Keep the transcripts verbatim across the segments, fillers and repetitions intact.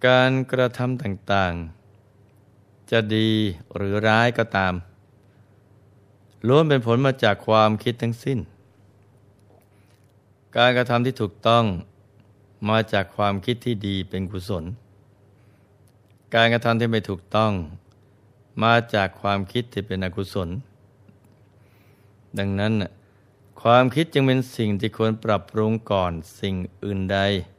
การกระทำต่างๆจะดีหรือร้ายก็ตามล้วนเป็นผลมาจากความคิดทั้งสิ้นการกระทำที่ถูกต้องมาจากความคิดที่ดีเป็นกุศลการกระทำที่ไม่ถูกต้องมาจากความคิดที่เป็นอกุศลดังนั้นความคิดจึงเป็นสิ่งที่ควรปรับปรุงก่อนสิ่งอื่นใด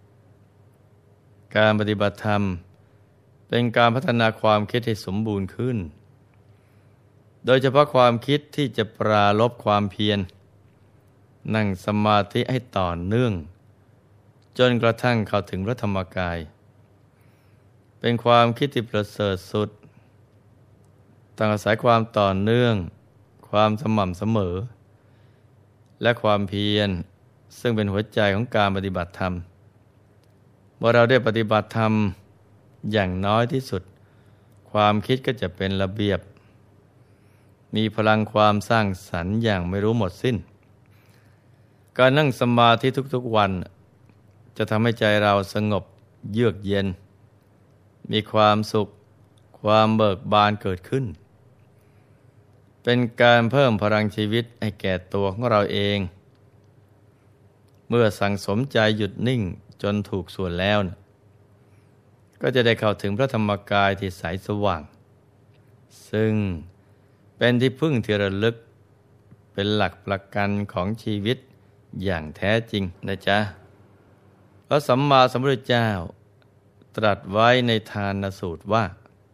การปฏิบัติธรรมเป็นการพัฒนาความคิดให้สมบูรณ์ขึ้นโดยเฉพาะความคิดที่จะปราลบความเพียรนั่งสมาธิให้ต่อเนื่องจนกระทั่งเข้าถึงพระธรรมกายเป็นความคิดที่ประเสริฐสุดต้องอาศัยความต่อเนื่องความสม่ำเสมอและความเพียรซึ่งเป็นหัวใจของการปฏิบัติธรรมเมื่อเราได้ปฏิบัติธรรมอย่างน้อยที่สุดความคิดก็จะเป็นระเบียบมีพลังความสร้างสรรค์อย่างไม่รู้หมดสิ้นการนั่งสมาธิทุกๆวันจะทำให้ใจเราสงบเยือกเย็นมีความสุขความเบิกบานเกิดขึ้นเป็นการเพิ่มพลังชีวิตให้แก่ตัวของเราเองเมื่อสั่งสมใจหยุดนิ่งจนถูกส่วนแล้วนะก็จะได้เข้าถึงพระธรรมกายที่ใสสว่างซึ่งเป็นที่พึ่งที่ระลึกเป็นหลักประกันของชีวิตอย่างแท้จริงนะจ๊ะพระสัมมาสัมพุทธเจ้าตรัสไว้ในทานสูตรว่า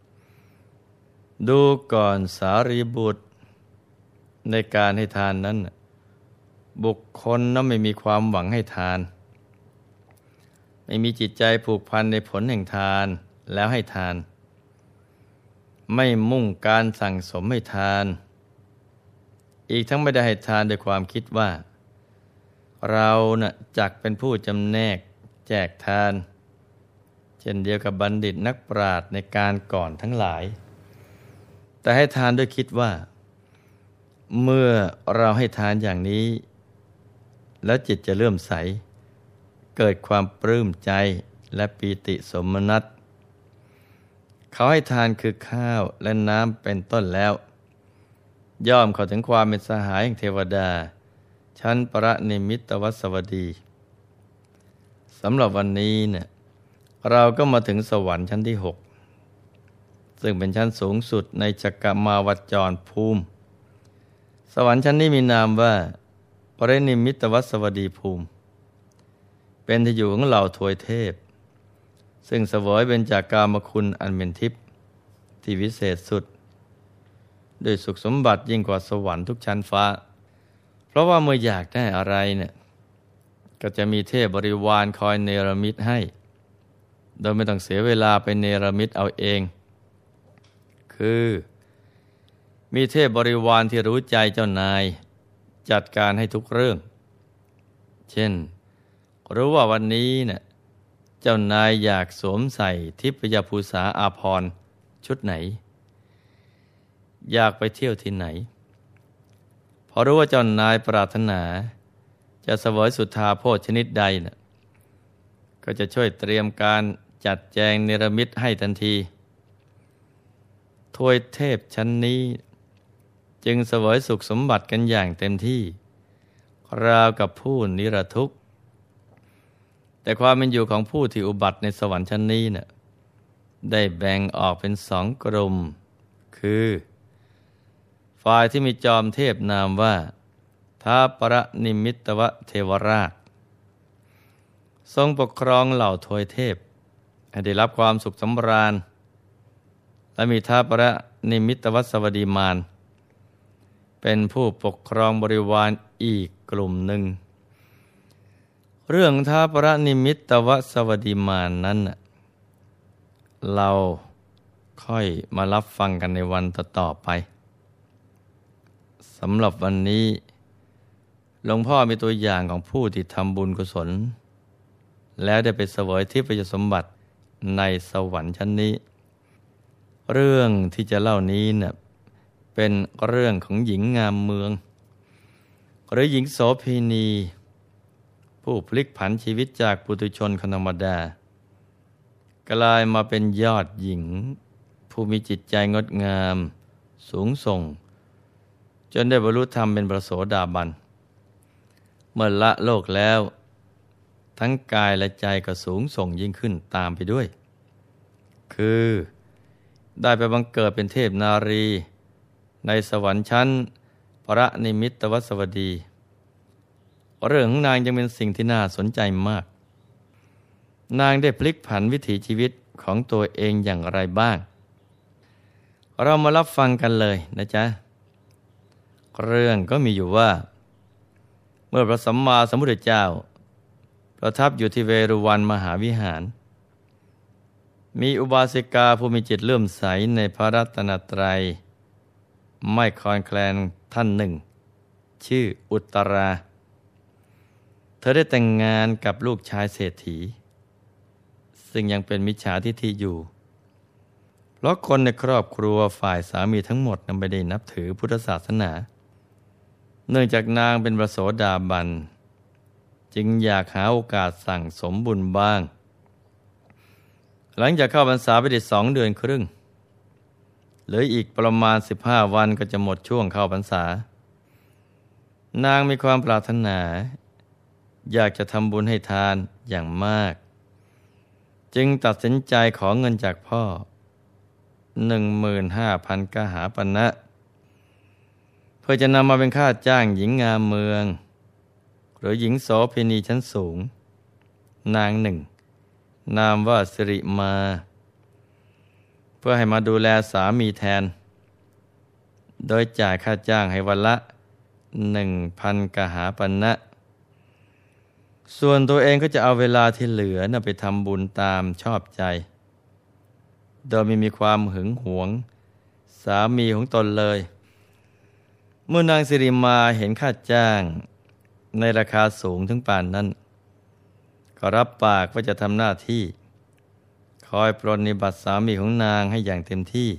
ดูก่อนสารีบุตรในการให้ทานนั้นบุคคลนั้นไม่มีความหวังให้ทานไม่มีจิตใจผูกพันในผลแห่งทานแล้วให้ทานไม่มุ่งการสั่งสมให้ทานอีกทั้งไม่ได้ให้ทานด้วยความคิดว่าเราน่ะจักเป็นผู้จำแนกแจกทานเช่นเดียวกับบัณฑิตนักปราชญ์ในการก่อนทั้งหลายแต่ให้ทานด้วยคิดว่าเมื่อเราให้ทานอย่างนี้แล้วจิตจะเลื่อมใสเกิดความปลื้มใจและปีติสมนัสเขาให้ทานคือข้าวและน้ำเป็นต้นแล้วย่อมเข้าถึงความเป็นสหายแห่งเทวดาชั้นปรนิมิตวสวดีสำหรับวันนี้เนี่ยเราก็มาถึงสวรรค์ชั้นที่หกซึ่งเป็นชั้นสูงสุดในจักรมาวจรภูมิสวรรค์ชั้นนี้มีนามว่าปรินิมิตวสวดีภูมิเป็นที่อยู่ของเหล่าทวยเทพซึ่งเสวยเป็นจากกามคุณอันเป็นทิพย์ที่วิเศษสุดด้วยสุขสมบัติยิ่งกว่าสวรรค์ทุกชั้นฟ้าเพราะว่าเมื่ออยากได้อะไรเนี่ยก็จะมีเทพบริวารคอยเนรมิตให้โดยไม่ต้องเสียเวลาไปเนรมิตเอาเองคือมีเทพบริวารที่รู้ใจเจ้านายจัดการให้ทุกเรื่องเช่นรู้ว่าวันนี้เนี่ยเจ้านายอยากสวมใส่ทิพยภูษาอาภรณ์ชุดไหนอยากไปเที่ยวที่ไหนพอรู้ว่าเจ้านายปรารถนาจะเสวยสุทธาโภชชนิดใดเนี่ยก็จะช่วยเตรียมการจัดแจงเนรมิตให้ทันทีทวยเทพชั้นนี้จึงเสวยสุขสมบัติกันอย่างเต็มที่ราวกับผู้นิรทุกข์แต่ความเป็นอยู่ของผู้ที่อุบัติในสวรรค์ชั้นนี้เนี่ยได้แบ่งออกเป็นสองกลุ่มคือฝ่ายที่มีจอมเทพนามว่าท้าวปรนิมิตวเทวราชทรงปกครองเหล่าทวยเทพให้ได้รับความสุขสำราญและมีท้าวปรนิมิตวสวดีมารเป็นผู้ปกครองบริวารอีกกลุ่มหนึ่งเรื่องท้าวปรนิมิตวสวดีมารนั้นเราค่อยมารับฟังกันในวันต่อๆไปสำหรับวันนี้หลวงพ่อมีตัวอย่างของผู้ที่ทำบุญกุศลแล้วได้ไปเสวยทิพยสมบัติในสวรรค์ชั้นนี้เรื่องที่จะเล่านี้เนี่ยเป็นเรื่องของหญิงงามเมืองหรือหญิงโสเภณีผู้พลิกผันชีวิตจากปุถุชนคนธรรมดากลายมาเป็นยอดหญิงผู้มีจิตใจงดงามสูงส่งจนได้บรรลุธรรมเป็นพระโสดาบันเมื่อละโลกแล้วทั้งกายและใจก็สูงส่งยิ่งขึ้นตามไปด้วยคือได้ไปบังเกิดเป็นเทพนารีในสวรรค์ชั้นพระนิมิตวสวดีเรื่องของนางยังเป็นสิ่งที่น่าสนใจมากนางได้พลิกผันวิถีชีวิตของตัวเองอย่างไรบ้างเรามารับฟังกันเลยนะจ๊ะเรื่องก็มีอยู่ว่าเมื่อพระสัมมาสัมพุทธเจ้าประทับอยู่ที่เวรุวันมหาวิหารมีอุบาสิกาผู้มีจิตเลื่อมใสในพระรัตนตรัยไม่คลอนแคลนท่านหนึ่งชื่ออุตตรา เธอได้แต่งงานกับลูกชายเศรษฐีซึ่งยังเป็นมิจฉาทิฏฐิอยู่เพราะคนในครอบครัวฝ่ายสามีทั้งหมดนั้นไม่ได้นับถือพุทธศาสนาเนื่องจากนางเป็นพระโสดาบันจึงอยากหาโอกาสสั่งสมบุญบ้างหลังจากเข้าพรรษาไปได้สองเดือนครึ่งเหลืออีกประมาณสิบห้าวันก็จะหมดช่วงเข้าพรรษานางมีความปรารถนาอยากจะทำบุญให้ทานอย่างมากจึงตัดสินใจขอเงินจากพ่อหนึ่งหมื่นห้าพันกหาปณะเพื่อจะนำมาเป็นค่าจ้างหญิงงามเมืองหรือหญิงโสเภณีชั้นสูงนางหนึ่งนามว่าสิริมาเพื่อให้มาดูแลสามีแทนโดยจ่ายค่าจ้างให้วันละหนึ่งพันกหาปณะส่วนตัวเองก็จะเอาเวลาที่เหลือนะไปทำบุญตามชอบใจโดยไม่มีความหึงหวงสามีของตนเลยเมื่อนางสิริมาเห็นค่าจ้างในราคาสูงถึงป่านนั้นก็รับปากว่าจะทำหน้าที่คอยปรนนิบัติสามีของนางให้อย่างเต็มที่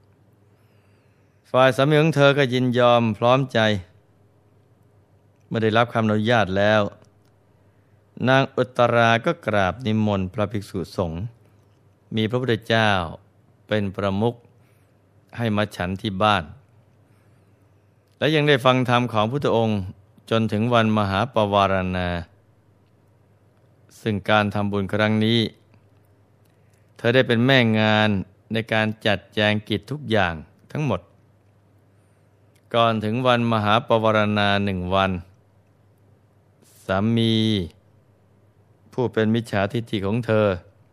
ฝ่ายสามีของเธอก็ยินยอมพร้อมใจเมื่อได้รับคำอนุญาตแล้วนางอุตตราก็กราบนิมนต์พระภิกษุสงฆ์มีพระพุทธเจ้าเป็นประมุขให้มาฉันที่บ้านและยังได้ฟังธรรมของพุทธองค์จนถึงวันมหาปวารณาซึ่งการทำบุญครั้งนี้เธอได้เป็นแม่งานในการจัดแจงกิจทุกอย่างทั้งหมดก่อนถึงวันมหาปวารณาหนึ่งวันสามีผู้เป็นมิจฉาทิฏฐิของเธอ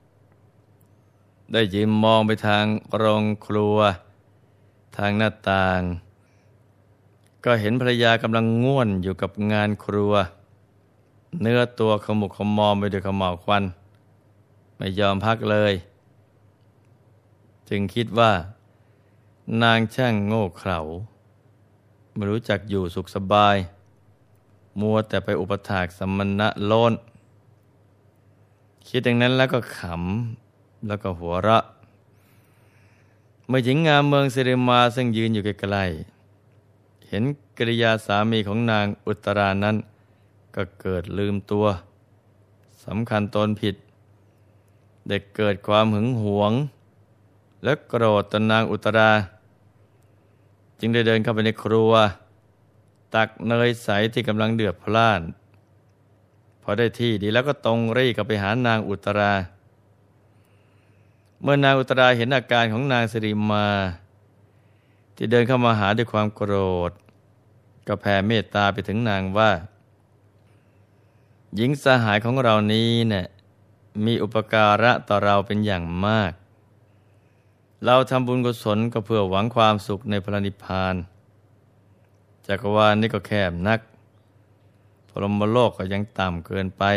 ได้ยืนมองไปทางโรงครัวทางหน้าต่างก็เห็นภรรยากำลังง่วนอยู่กับงานครัวเนื้อตัวขมุกขมอมไปด้วยขม่าวควันไม่ยอมพักเลยจึงคิดว่านางช่างโง่เขลาไม่รู้จักอยู่สุขสบายมัวแต่ไปอุปถากสัมมณะโลนคิดอย่างนั้นแล้วก็ขำแล้วก็หัวเราะเมื่อหญิงงามเมืองสิริมาซึ่งยืนอยู่ใกล้ๆเห็นกิริยาสามีของนางอุตตรานั้นก็เกิดลืมตัวสำคัญตนผิดได้เกิดความหึงหวงและโกรธต่อนางอุตตราจึงได้เดินเข้าไปในครัวตักเนยใสที่กำลังเดือดพล่านพอได้ที่ดีแล้วก็ตรงรีกับไปหานางอุตตราเมื่อนางอุตตราเห็นอาการของนางสิริมาที่เดินเข้ามาหาด้วยความโกรธก็แผ่เมตตาไปถึงนางว่าหญิงสหายของเรานี้เนี่ยมีอุปการะต่อเราเป็นอย่างมากเราทำบุญกุศลก็เพื่อหวังความสุขในพระนิพพานจักรวาลนี้ก็แคบนักพรหมโลกก็ยังต่ำเกินไป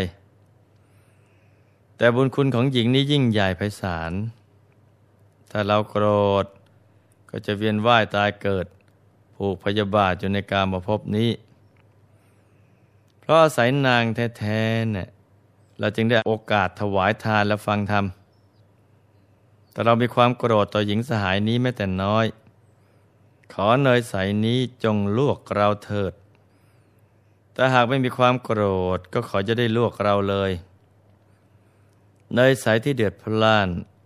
แต่บุญคุณของหญิงนี้ยิ่งใหญ่ไพศาลถ้าเราโกรธก็จะเวียนว่ายตายเกิดผูกพยาบาทอยู่ในกามภพนี้เพราะอาศัยนางแท้ๆเนี่ยเราจึงได้โอกาสถวายทานและฟังธรรมแต่เรามีความโกรธต่อหญิงสหายนี้แม้แต่น้อยขอเนยใสนี้จงลวกเราเถิดแต่หากไม่มีความโกรธก็ขอจะได้ลวกเราเลยเนยใสที่เดือดพล่าน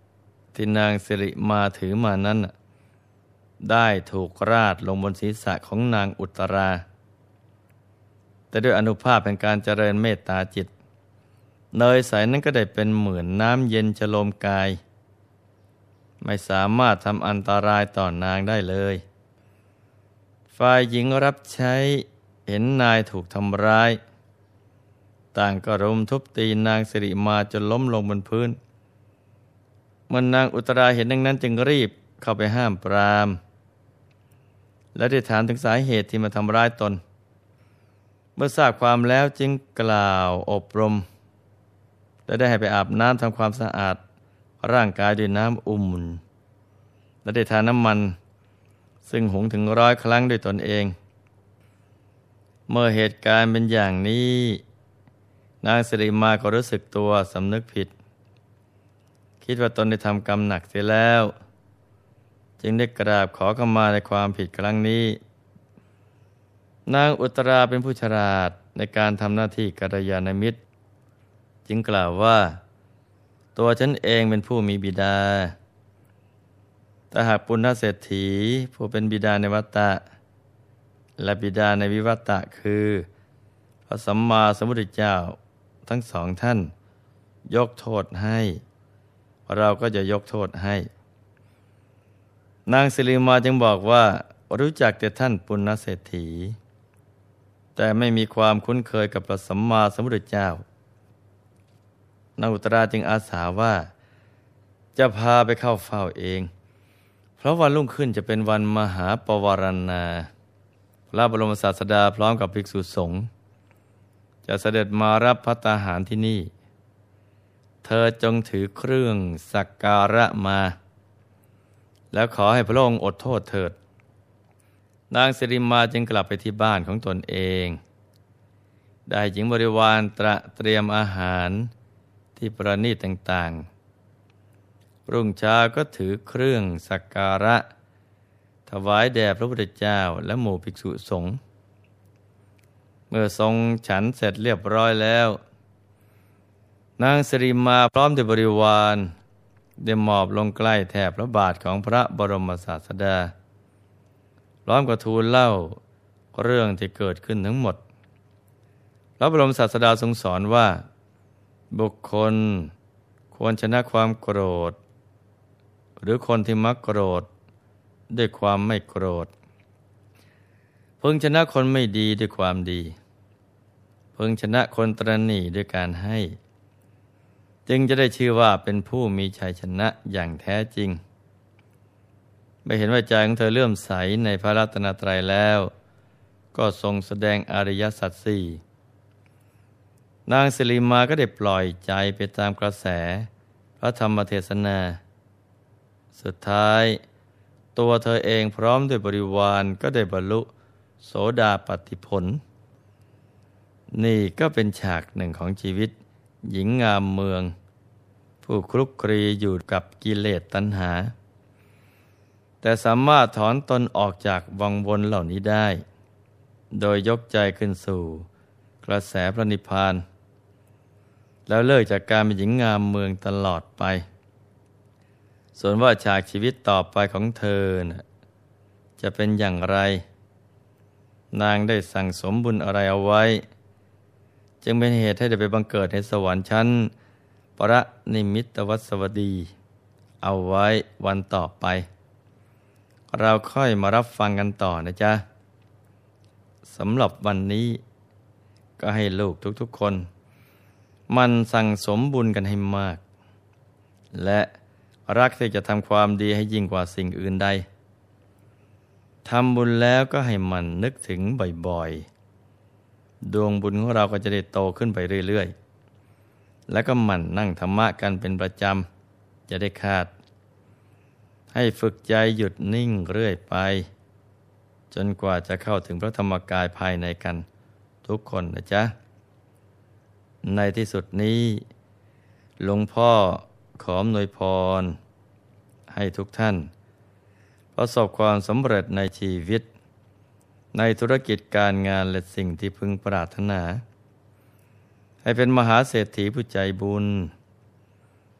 ที่นางสิริมาถือมานั้นได้ถูกราดลงบนศีรษะของนางอุตรา แต่ด้วยอานุภาพแห่งการเจริญเมตตาจิตเนยใสนั้นก็ได้เป็นเหมือนน้ำเย็นชโลมกายไม่สามารถทำอันตรายต่อนางได้เลยฝ่ายหญิงรับใช้เห็นนายถูกทำร้ายต่างก็รุมทุบตีนางสิริมาจนล้มลงบนพื้นเมื่อนางอุตราเห็นดังนั้นจึงรีบเข้าไปห้ามปรามและได้ถามถึงสาเหตุที่มาทำร้ายตนเมื่อทราบความแล้วจึงกล่าวอบรมและได้ให้ไปอาบน้ำทำความสะอาดร่างกายด้วยน้ำอุ่นและได้ทาน้ำมันซึ่งหุงถึงร้อยครั้งด้วยตนเองเมื่อเหตุการณ์เป็นอย่างนี้นางสิริมาก็รู้สึกตัวสำนึกผิดคิดว่าตนได้ทำกรรมหนักเสียแล้วจึงได้กราบขอขมาในความผิดครั้งนี้นางอุตราเป็นผู้ฉลาดในการทำหน้าที่กัลยาณมิตรจึงกล่าวว่าตัวฉันเองเป็นผู้มีบิดาแต่หากปุณณเศรษฐีผู้เป็นบิดาในวัฏฏะและบิดาในวิวัฏฏะคือพระสัมมาสัมพุทธเจ้าทั้งสองท่านยกโทษให้เราก็จะยกโทษให้นางสิริมาจึงบอกว่ารู้จักแต่ท่านปุณณเศรษฐีแต่ไม่มีความคุ้นเคยกับพระสัมมาสัมพุทธเจ้านางอุตราจึงอาสาว่าจะพาไปเข้าเฝ้าเองเพราะวันรุ่งขึ้นจะเป็นวันมหาปวารณาพระบรมศาสดาพร้อมกับภิกษุสงฆ์จะเสด็จมารับภัตตาหารที่นี่เธอจงถือเครื่องสักการะมาแล้วขอให้พระองค์อดโทษเถิดนางสิริมาจึงกลับไปที่บ้านของตนเองได้หญิงบริวารตระเตรียมอาหารที่ประณีตต่างๆรุ่งเช้าก็ถือเครื่องสักการะถวายแด่พระพุทธเจ้าและหมู่ภิกษุสงฆ์เมื่อทรงฉันเสร็จเรียบร้อยแล้วนางสิริมาพร้อมด้วยบริวารได้หมอบลงใกล้แทบพระบาทของพระบรมศาสดาพร้อมกับทูลเล่าเรื่องที่เกิดขึ้นทั้งหมดพระบรมศาสดาทรงสอนว่าบุคคลควรชนะความโกรธหรือคนที่มักโกรธด้วยความไม่โกรธพึงชนะคนไม่ดีด้วยความดีพึงชนะคนตระหนี่ด้วยการให้จึงจะได้ชื่อว่าเป็นผู้มีชัยชนะอย่างแท้จริงไม่เห็นว่าใจของเธอเลื่อมใสในพระรัตนตรัยแล้วก็ทรงแสดงอริยสัจสี่นางสิริมาก็ได้ปล่อยใจไปตามกระแสพระธรรมเทศนาสุดท้ายตัวเธอเองพร้อมด้วยบริวารก็ได้บรรลุโสดาปัตติผลนี่ก็เป็นฉากหนึ่งของชีวิตหญิงงามเมืองผู้คลุกคลีอยู่กับกิเลสตัณหาแต่สามารถถอนตนออกจากวังวนเหล่านี้ได้โดยยกใจขึ้นสู่กระแสพระนิพพานแล้วเลิกจากการเป็นหญิงงามเมืองตลอดไปส่วนว่าฉากชีวิตต่อไปของเธอนะจะเป็นอย่างไรนางได้สั่งสมบุญอะไรเอาไว้จึงเป็นเหตุให้ได้ไปบังเกิดในสวรรค์ชั้นปรนิมิตวัสวดีเอาไว้วันต่อไปเราค่อยมารับฟังกันต่อนะจ๊ะสำหรับวันนี้ก็ให้ลูกทุกๆคนมันสั่งสมบุญกันให้มากและรักที่จะทำความดีให้ยิ่งกว่าสิ่งอื่นใดทำบุญแล้วก็ให้มันนึกถึงบ่อยๆดวงบุญของเราก็จะได้โตขึ้นไปเรื่อยๆแล้วก็หมั่นนั่งธรรมะกันเป็นประจำจะได้ขาดให้ฝึกใจหยุดนิ่งเรื่อยไปจนกว่าจะเข้าถึงพระธรรมกายภายในกันทุกคนนะจ๊ะในที่สุดนี้หลวงพ่อขออำนวยพรให้ทุกท่านประสบความสำเร็จในชีวิตในธุรกิจการงานและสิ่งที่พึงปรารถนาให้เป็นมหาเศรษฐีผู้ใจบุญ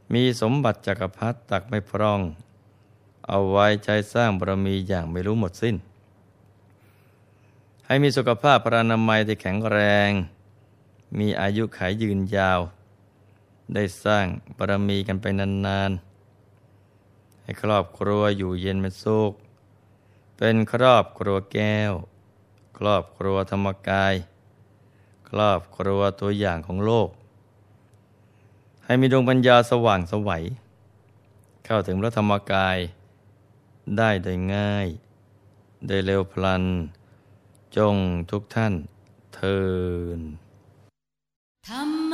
มีสมบัติจักรพรรดิตักไม่พร่องเอาไว้ใช้สร้างบารมีอย่างไม่รู้หมดสิ้นให้มีสุขภาพพรรณนามัยที่แข็งแรงมีอายุขัยยืนยาวได้สร้างบารมีกันไปนานๆให้ครอบครัวอยู่เย็นเป็นสุขเป็นครอบครัวแก้วครอบครัวธรรมกายครอบครัวตัวอย่างของโลกให้มีดวงปัญญาสว่างไสวเข้าถึงพระธรรมกายได้โดยง่ายโดยเร็วพลันจงทุกท่านเทอญ